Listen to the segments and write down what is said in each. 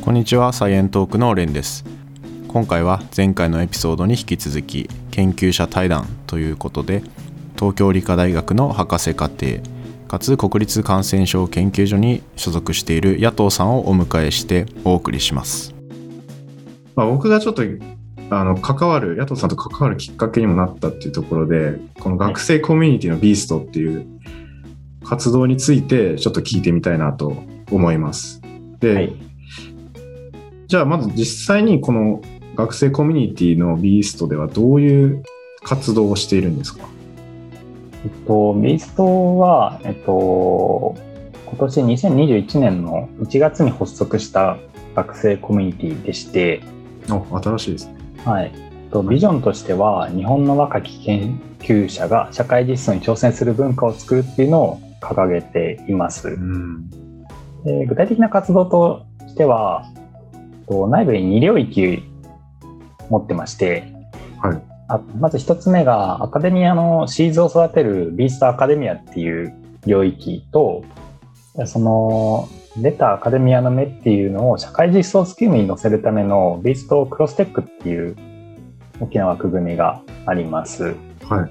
こんにちは、サイエントークのレンです。今回は前回のエピソードに引き続き研究者対談ということで、東京理科大学の博士課程かつ国立感染症研究所に所属している野党さんをお迎えしてお送りします。 僕がちょっと野党さんと関わるきっかけにもなったっていうところで、この学生コミュニティのビーストっていう活動についてちょっと聞いてみたいなと思います。で、はい、じゃあまず実際にこの学生コミュニティのビーストではどういう活動をしているんですか？ ビーストは、今年2021年の1月に発足した学生コミュニティでして、 新しいですね。 はい。ビジョンとしては、日本の若き研究者が社会実装に挑戦する文化を作るっていうのを掲げています。で、具体的な活動としては、内部に2領域持ってまして、 はい、 まず1つ目がアカデミアのシーズを育てるビーストアカデミアっていう領域と、その出たアカデミアの目っていうのを社会実装スキームに乗せるためのビーストクロステックっていう大きな枠組みがあります。 はい、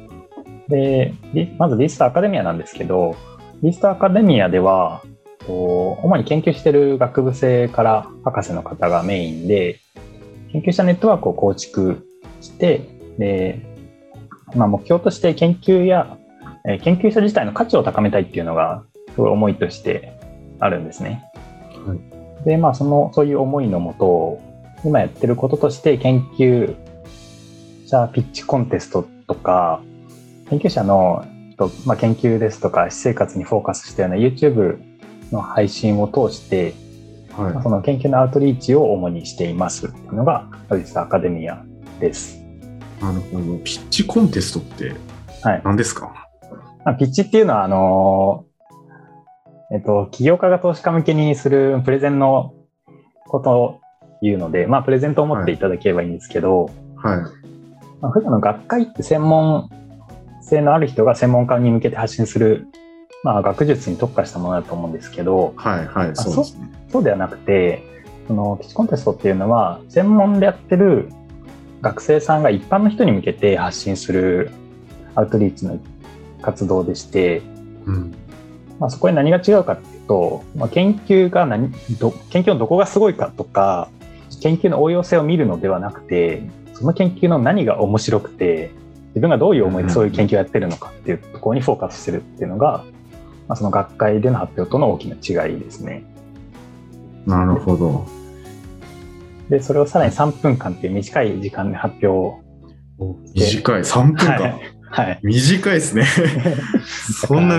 で、まずビーストアカデミアなんですけど、ビーストアカデミアでは主に研究している学部生から博士の方がメインで研究者ネットワークを構築して、で、目標として研究者自体の価値を高めたいっていうのがすごい思いとしてあるんですね。 はい、 で、そういう思いのもと、今やってることとして研究者ピッチコンテストとか、研究者の研究ですとか私生活にフォーカスしたような YouTube の配信を通して、 はい、 その研究のアウトリーチを主にしていますというのが実はアカデミアです。 なるほど。ピッチコンテストって何ですか？ はい、ピッチっていうのは起業家が投資家向けにするプレゼンのことを言うので、プレゼントを持っていただければいいんですけど、 はい、 普段の学会って専門性のある人が専門家に向けて発信する、学術に特化したものだと思うんですけど、 はいはい、そうですね。 そうではなくて、そのピッチコンテストっていうのは専門でやってる学生さんが一般の人に向けて発信するアウトリーチの活動でして、そこで何が違うかっていうと、研究のどこがすごいかとか研究の応用性を見るのではなくて、その研究の何が面白くて自分がどういう思いでそういう研究をやってるのかっていうところにフォーカスしてるっていうのが、その学会での発表との大きな違いですね。 なるほど。 で、それをさらに3分間っていう短い時間で発表して。 短い3分間、 はい、 短いですね。そんな、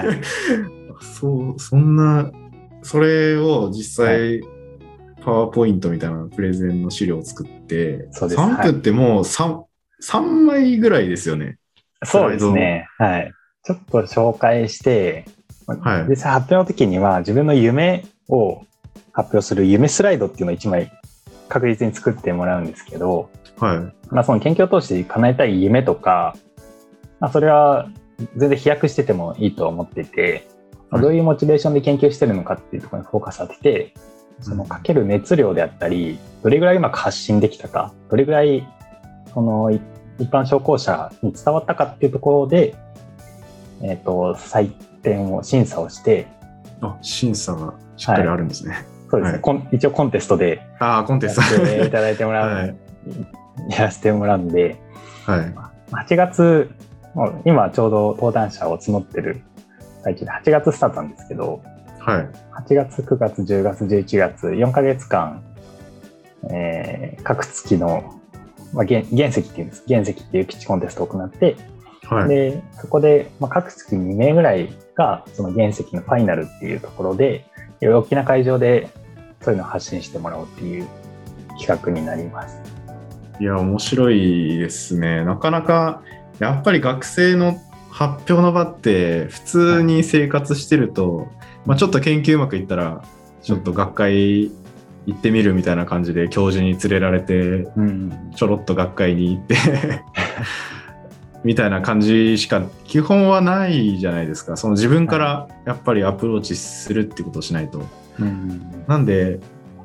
それを実際、パワーポイントみたいなプレゼンの資料を作って、3分ってもう 3枚ぐらいですよね。 そうですね。はい。ちょっと紹介して、実際発表の時には自分の夢を発表する夢スライドっていうのを1枚確実に作ってもらうんですけど、その研究を通して叶えたい夢とか、それは全然飛躍しててもいいと思っていて、どういうモチベーションで研究してるのかっていうところにフォーカス当てて、そのかける熱量であったり、どれぐらいうまく発信できたか、どれぐらいその一般聴講者に伝わったかっていうところで、審査をして、 審査がしっかりあるんですね。 そうですね。一応コンテストでやっていただいてもらう、やらせてもらうんで、8月、今ちょうど登壇者を募ってる最中で8月スタートなんですけど、8月、9月、10月、11月、4ヶ月間、各月の、原石っていうんです。原石っていうピッチコンテストを行って、でそこで、各月2名ぐらいがその原石のファイナルっていうところで、大きな会場でそういうのを発信してもらおうっていう企画になります。 いや、面白いですね。なかなかやっぱり学生の発表の場って普通に生活してると、ちょっと研究うまくいったらちょっと学会行ってみるみたいな感じで教授に連れられて、ちょろっと学会に行ってみたいな感じしか基本はないじゃないですか。その自分からやっぱりアプローチするってことをしないと、なんで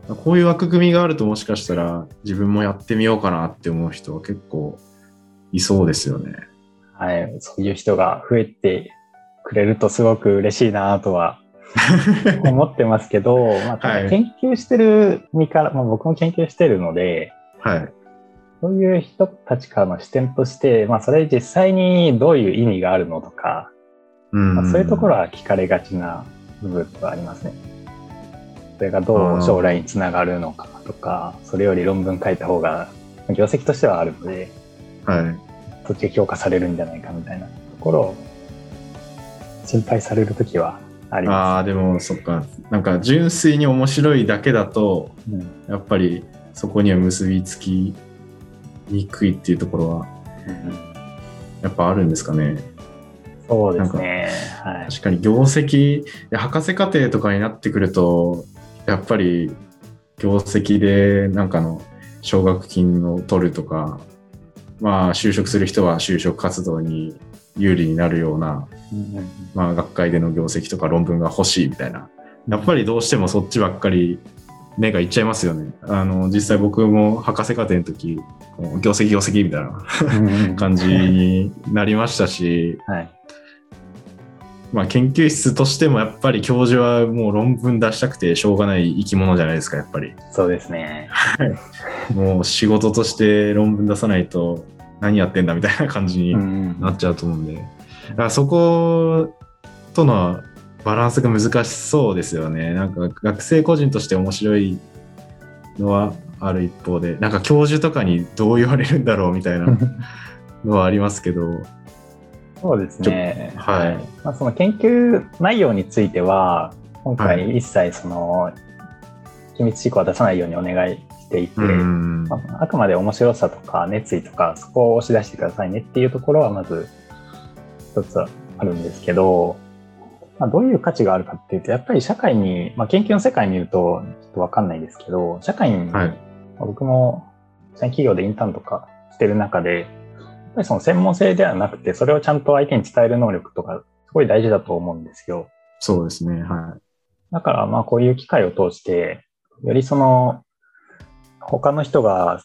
こういう枠組みがあるともしかしたら自分もやってみようかなって思う人は結構いそうですよね。 はい、そういう人が増えてくれるとすごく嬉しいなとは思ってますけど、まあ、研究してる身から、まあ、僕も研究してるので、 はい、 そういう人たちからの視点として、まあ、それ実際にどういう意味があるのとか、まあ、そういうところは聞かれがちな部分はありますね。それがどう将来につながるのかとか、それより論文書いた方が業績としてはあるので、 はい、 そっちが評価されるんじゃないかみたいなところを心配されるときはあります。 でもそっか、なんか純粋に面白いだけだと、やっぱりそこには結びつきにくいっていうところはやっぱあるんですかね。 そうですね。 はい、確かに業績、博士課程とかになってくるとやっぱり業績でなんかの奨学金を取るとか、まあ就職する人は就職活動に有利になるような、まあ学会での業績とか論文が欲しいみたいな、やっぱりどうしてもそっちばっかり目がいっちゃいますよね。実際僕も博士課程の時業績みたいな感じになりましたし、 はい、 まあ研究室としてもやっぱり教授はもう論文出したくてしょうがない生き物じゃないですか、やっぱり。 そうですね。 もう仕事として論文出さないと何やってんだみたいな感じになっちゃうと思うんで、だからそことのバランスが難しそうですよね。なんか学生個人として面白いのはある一方で、なんか教授とかにどう言われるんだろうみたいなのはありますけど。 そうですね。 はい。 まあ、その研究内容については今回一切その機密事項は出さないようにお願いしていて、あくまで面白さとか熱意とかそこを押し出してくださいねっていうところはまず一つあるんですけど、まあ、どういう価値があるかっていうと、やっぱり社会に、まあ、研究の世界にいるとちょっと分かんないですけど、社会に、僕も企業でインターンとかしてる中で、やっぱりその専門性ではなくて、それをちゃんと相手に伝える能力とかすごい大事だと思うんですよ。 そうですね。はい。 だからまあこういう機会を通してよりその他の人が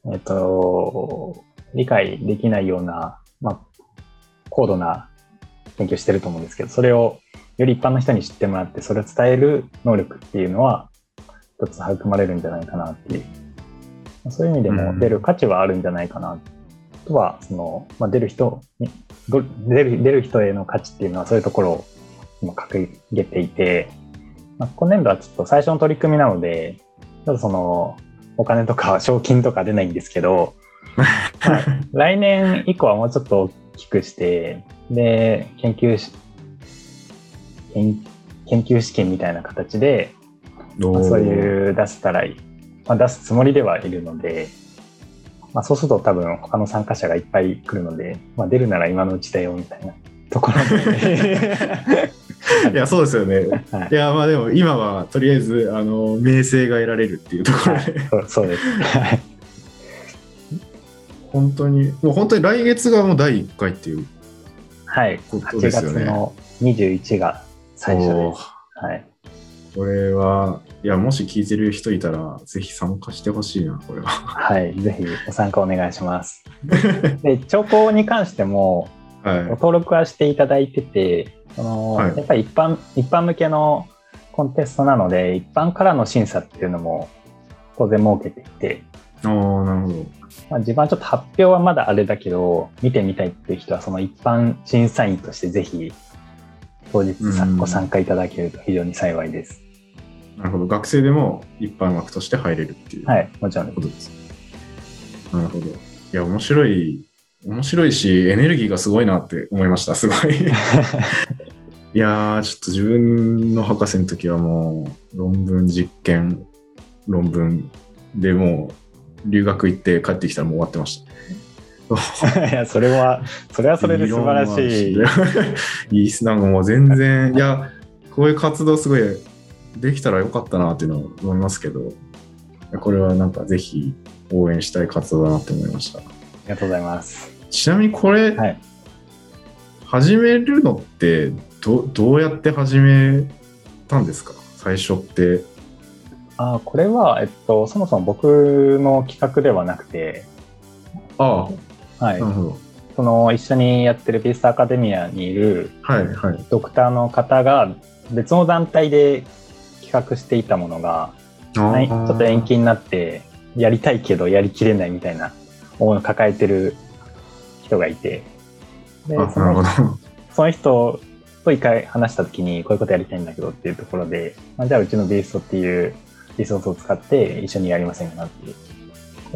理解できないような、まあ、高度な研究してると思うんですけど、それをより一般の人に知ってもらってそれを伝える能力っていうのは一つ育まれるんじゃないかなっていう、そういう意味でも出る価値はあるんじゃないかなとは、その、まあ、出る人への価値っていうのはそういうところを今掲げていて、まあ、今年度はちょっと最初の取り組みなのでちょっとそのお金とか賞金とか出ないんですけど、まあ、来年以降はもうちょっと大きくしてで研究資金みたいな形で、まあ、そういう出したらまあ、出すつもりではいるので、まあ、そうすると多分他の参加者がいっぱい来るので、まあ、出るなら今のうちだよみたいなところでいやそうですよね、はい、いやまあでも今はとりあえず名声が得られるっていうところで、 はい、そうです本当に来月がもう第1回っていうことですよね。 8月の21が最初です。はい。 これはいやもし聞いてる人いたらぜひ参加してほしいな、これは。 はい、ぜひご参加お願いします。で聴講に関しても、はい、登録はしていただいてて、はい、やっぱり一般向けのコンテストなので一般からの審査っていうのも当然設けていて、 なるほど、 まあ、自分はちょっと発表はまだあれだけど見てみたいっていう人はその一般審査員としてぜひ当日ご参加いただけると非常に幸いです。 なるほど、学生でも一般枠として入れるっていう、 はい、もちろんことです。なるほど。いや面白いしエネルギーがすごいなって思いました。すごいいやーちょっと自分の博士の時はもう論文実験論文でもう留学行って帰ってきたらもう終わってましたいやそれはそれで素晴らしいいいっす。なんかもう全然いやこういう活動すごいできたらよかったなっていうのを思いますけど、これはなんかぜひ応援したい活動だなって思いました。 ありがとうございます。 ちなみにこれ、はい、始めるのってどうやって始めたんですか？最初ってこれは、そもそも僕の企画ではなくて、 はい。 なるほど。その一緒にやってるビーストアカデミアにいるドクターの方が別の団体で企画していたものが、ちょっと延期になってやりたいけどやりきれないみたいな思いを抱えてる人がいて、でその人と一回話した時にこういうことやりたいんだけどっていうところで、じゃあうちのビーストっていうリソースを使って一緒にやりませんかっていう。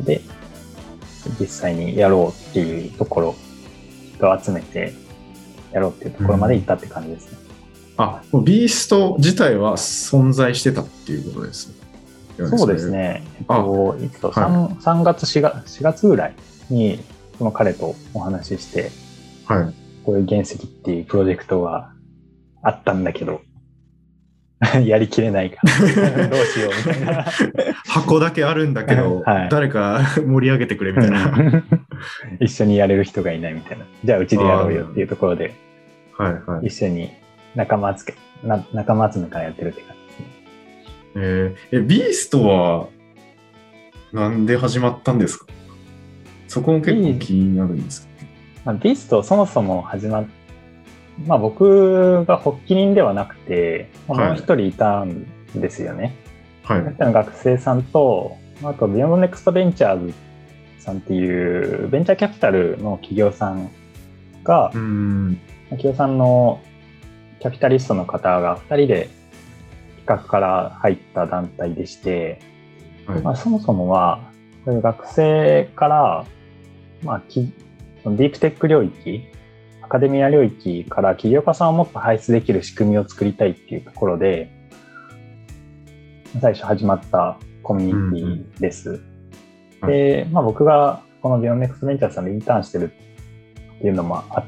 で、実際にやろうっていうところ、人を集めてやろうっていうところまで行ったって感じですね。 ビースト自体は存在してたっていうことですね。 そうですね。いつと3月4月ぐらいにその彼とお話しして、 はい、 こういう原石っていうプロジェクトがあったんだけどやりきれないからどうしようみたいな箱だけあるんだけど、はい、誰か盛り上げてくれみたいな一緒にやれる人がいないみたいな、じゃあうちでやろうよっていうところで、一緒に仲間集めからやってるって感じですね。ビーストはなんで始まったんですか？そこも結構気になるんですけど。 ビーストそもそも僕が発起人ではなくて、もう一人いたんですよね。はい。学生さんと、あとビヨンドネクストベンチャーズさんっていうベンチャーキャピタルの企業さんが、企業さんのキャピタリストの方が2人で企画から入った団体でして、はい、そもそもはそういう学生から、ディープテック領域、アカデミア領域から起業家さんをもっと輩出できる仕組みを作りたいっていうところで最初始まったコミュニティです。で、僕がこのビヨンネクストベンチャーさんでインターンしてるっていうのもあって、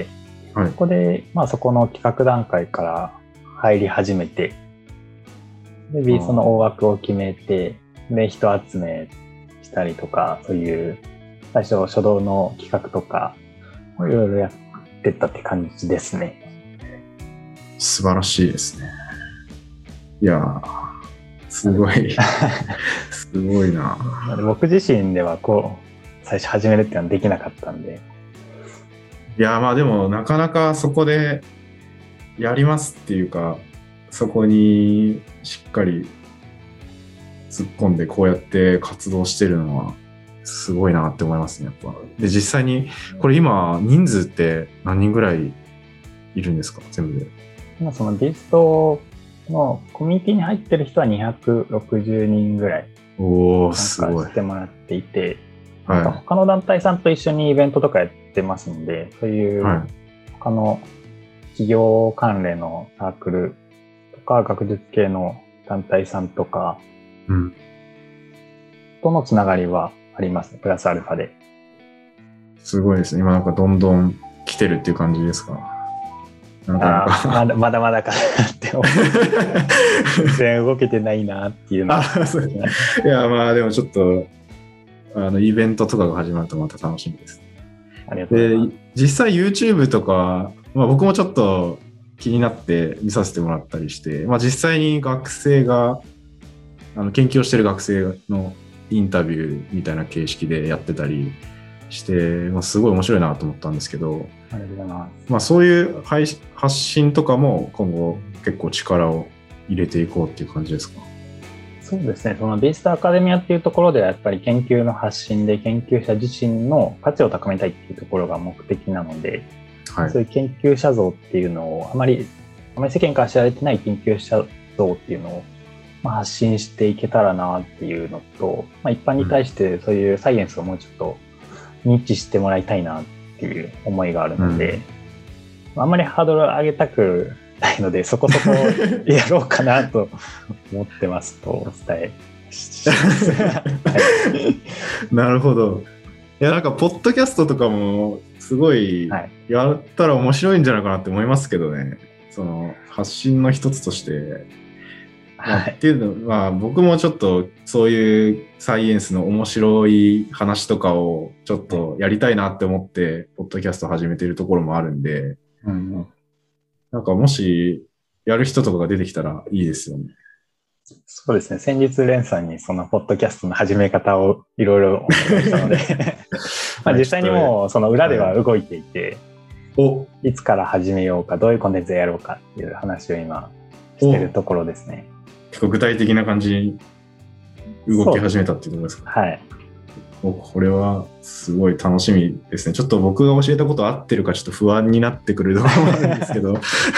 ここでそこの企画段階から入り始めて、でビーストの大枠を決めて、で人集めしたりとか、そういう最初初動の企画とかいろいろやってったって感じですね。 素晴らしいですね。いやすごいすごいな。 僕自身では最初始めるっていうのはできなかったんで。 いやでもなかなかそこでやりますっていうか、そこにしっかり突っ込んでこうやって活動してるのはすごいなって思いますね、やっぱ。で、実際にこれ今人数って何人ぐらいいるんですか、全部で。 今そのビーストのコミュニティに入ってる人は260人ぐらい参加してもらっていて、他の団体さんと一緒にイベントとかやってますので、そういう他の企業関連のサークルとか学術系の団体さんとかとのつながりはあります、プラスアルファで。 すごいですね。今なんかどんどん来てるっていう感じですか？ まだまだかなって思う。全然動けてないなっていうのは。 いやでもちょっとイベントとかが始まるとまた楽しみです。 ありがとうございます。 実際 YouTube とか、僕もちょっと気になって見させてもらったりして、実際に学生が研究をしてる学生のインタビューみたいな形式でやってたりして、すごい面白いなと思ったんですけど、 ありがとうございます。 そういう発信とかも今後結構力を入れていこうっていう感じですか？ そうですね。そのビーストアカデミアっていうところではやっぱり研究の発信で研究者自身の価値を高めたいっていうところが目的なので、そういう研究者像っていうのをあまり世間から知られてない研究者像っていうのを発信していけたらなっていうのと、一般に対してそういうサイエンスをもうちょっと認知してもらいたいなっていう思いがあるので、あんまりハードルを上げたくないので、そこそこやろうかなと思ってますとお伝えします。 なるほど。いやなんかポッドキャストとかもすごいやったら面白いんじゃないかなって思いますけどね。その発信の一つとして。っていうのは僕もちょっとそういうサイエンスの面白い話とかをちょっとやりたいなって思ってポッドキャスト始めてるところもあるんで、なんかもしやる人とかが出てきたらいいですよね。 そうですね。先日、レンさんにそのポッドキャストの始め方をいろいろお願いしたので、実際にもうその裏では動いていて、いつから始めようか、どういうコンテンツでやろうかっていう話を今してるところですね。 結構具体的な感じに動き始めたっていうところですか？ はい。 これはすごい楽しみですね。ちょっと僕が教えたこと合ってるかちょっと不安になってくるところもあるんですけど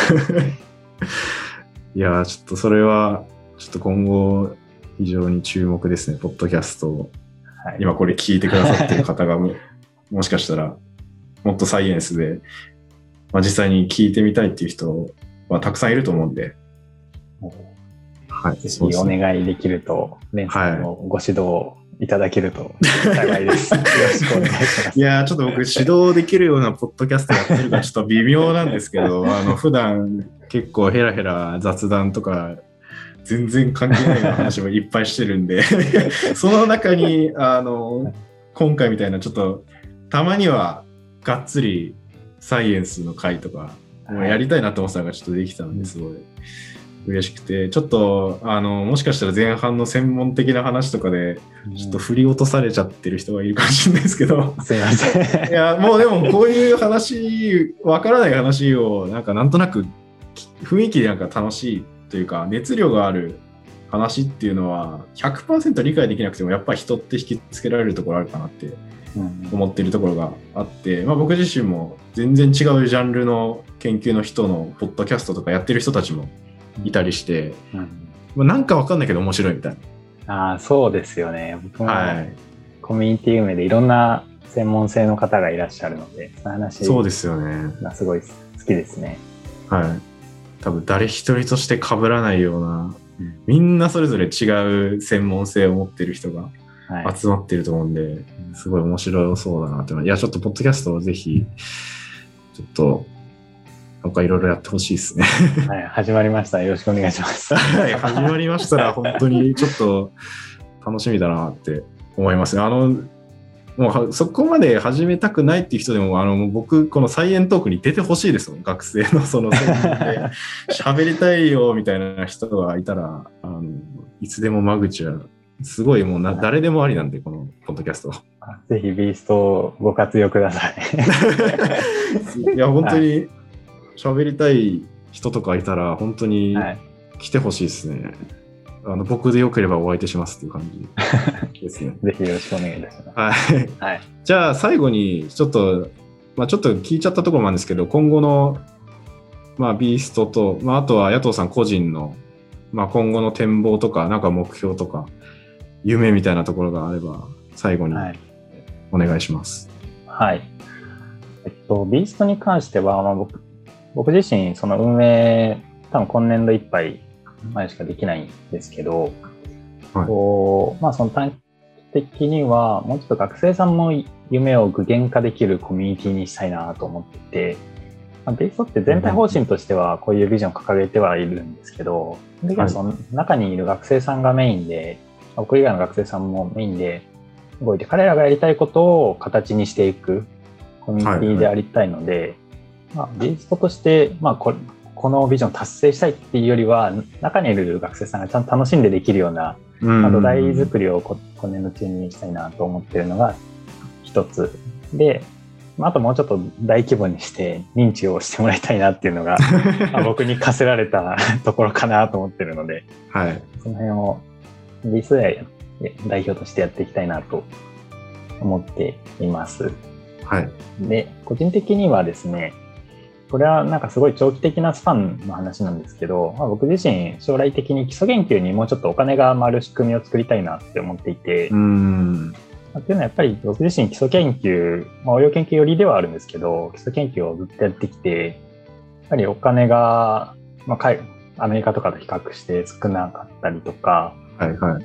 いやちょっとそれはちょっと今後非常に注目ですね。ポッドキャストを、はい、今これ聞いてくださってる方がもしかしたらもっとサイエンスで、実際に聞いてみたいっていう人はたくさんいると思うんで、 はい、ぜひお願いできると、レンさんのご指導をいただけると幸いです。よろしくお願いします。 いやちょっと僕指導できるようなポッドキャストやってるかちょっと微妙なんですけど普段結構ヘラヘラ雑談とか全然関係ないような話もいっぱいしてるんでその中に今回みたいなちょっとたまにはがっつりサイエンスの回とかもやりたいなと思ってたのがちょっとできたのですごい嬉しくて、ちょっともしかしたら前半の専門的な話とかでちょっと振り落とされちゃってる人がいるかもしれないですけど、 すいません。 いやもうでもこういう話わからない話をなんとなく雰囲気で楽しいというか熱量がある話っていうのは 100% 理解できなくてもやっぱり人って引きつけられるところあるかなって思っているところがあって、僕自身も全然違うジャンルの研究の人のポッドキャストとかやってる人たちもいたりして、なんかわかんないけど面白いみたいな。そうですよね。僕もコミュニティ運営でいろんな専門性の方がいらっしゃるので、その話そうですよね。 すごい好きですね。 はい。多分誰一人として被らないような、みんなそれぞれ違う専門性を持ってる人が集まってると思うんで、すごい面白そうだなって。いやちょっとポッドキャストをぜひちょっとなんかいろいろやってほしいですね。 はい、始まりました。よろしくお願いします。 はい、始まりましたら本当にちょっと楽しみだなって思いますね。もうそこまで始めたくないっていう人でも僕このサイエントークに出てほしいですもん。学生のその専門で喋りたいよみたいな人がいたらいつでも間口はすごいもう誰でもありなんで、このポッドキャスト。 ぜひビーストをご活用ください。いや本当に喋りたい人とかいたら本当に来てほしいですね。僕でよければお相手しますっていう感じですね。 ぜひよろしくお願いいたします。 はい。はい、じゃあ最後にちょっと聞いちゃったところなんですけど、今後のビーストと、あとは野党さん個人の今後の展望とかなんか目標とか夢みたいなところがあれば最後にお願いします。 はい。ビーストに関しては、僕自身その運営多分今年度いっぱい前しかできないんですけど、はい、その短期的にはもうちょっと学生さんの夢を具現化できるコミュニティにしたいなと思っていて、ビーストって全体方針としてはこういうビジョンを掲げてはいるんですけど、その中にいる学生さんがメインで、僕以外の学生さんもメインで動いて、彼らがやりたいことを形にしていくコミュニティでありたいので、ビーストとして、このビジョン達成したいっていうよりは、中にいる学生さんがちゃんと楽しんでできるような土台作りを今年度中にしたいなと思っているのが一つで、あともうちょっと大規模にして認知をしてもらいたいなっていうのが僕に課せられたところかなと思ってるので、 はい、 その辺をビーストで代表としてやっていきたいなと思っています。 はい、 で、個人的にはですね、これはなんかすごい長期的なスパンの話なんですけど、僕自身将来的に基礎研究にもうちょっとお金が回る仕組みを作りたいなって思っていて、っていうのはやっぱり僕自身基礎研究、応用研究寄りではあるんですけど、基礎研究をずっとやってきて、やっぱりお金が、アメリカとかと比較して少なかったりとか、 はいはい、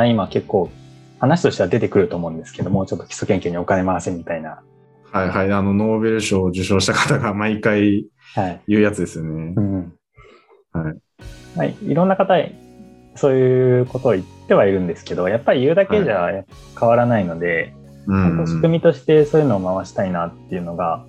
今結構話としては出てくると思うんですけど、もうちょっと基礎研究にお金回せみたいな。 はいはい、ノーベル賞を受賞した方が毎回言うやつですよね。 はい。いろんな方そういうことを言ってはいるんですけど、やっぱり言うだけじゃ変わらないので、仕組みとしてそういうのを回したいなっていうのが、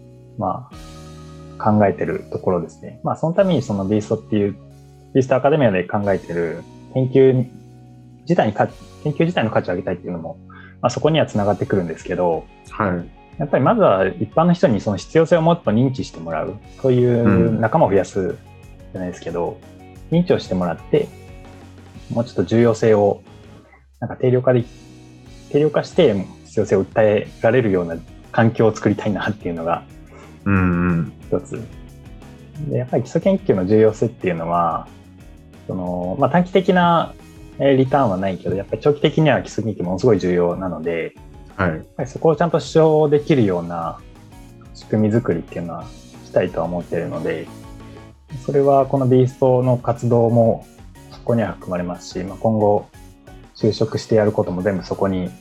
考えてるところですね。そのためにそのビーストっていうビーストアカデミアで考えてる研究自体の価値を上げたいっていうのも、そこにはつながってくるんですけど、 はい、 やっぱりまずは一般の人にその必要性をもっと認知してもらう、そういう仲間を増やすじゃないですけど、認知をしてもらって、もうちょっと重要性をなんか定量化して必要性を訴えられるような環境を作りたいなっていうのが一つ。でやっぱり基礎研究の重要性っていうのは、短期的なリターンはないけど、やっぱり長期的には基礎研究ものすごい重要なので、 はい、 やっぱりそこをちゃんと主張できるような仕組み作りっていうのはしたいとは思っているので、それはこのビーストの活動もそこには含まれますし、今後就職してやることも全部そこに、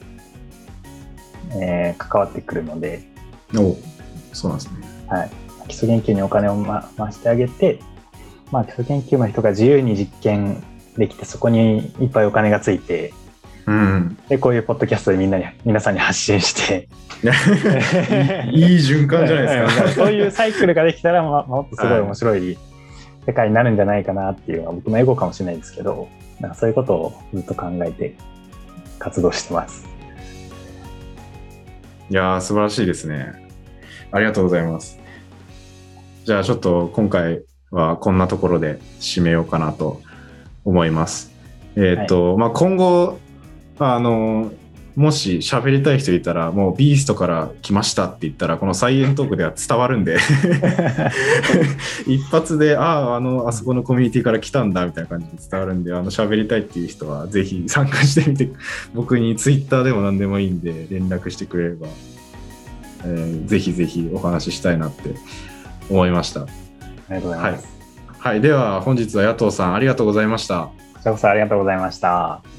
関わってくるので。 そうなんですね。 はい、基礎研究にお金を、回してあげて、基礎研究の人が自由に実験できて、そこにいっぱいお金がついて、でこういうポッドキャストで皆さんに発信していい循環じゃないですかそういうサイクルができたら、もっとすごい面白い世界になるんじゃないかなっていうのは僕のエゴかもしれないですけど、なんかそういうことをずっと考えて活動してます。 いやー、素晴らしいですね。ありがとうございます。じゃあちょっと今回はこんなところで締めようかなと思います。今後もし喋りたい人いたら、もうビーストから来ましたって言ったら、このサイエントークでは伝わるんで一発であそこのコミュニティから来たんだみたいな感じで伝わるんで、喋りたいっていう人はぜひ参加してみて、僕にツイッターでも何でもいいんで連絡してくれれば、ぜひぜひお話ししたいなって思いました。 ありがとうございます。 はい、では本日は野党さんありがとうございました。 こちらこそありがとうございました。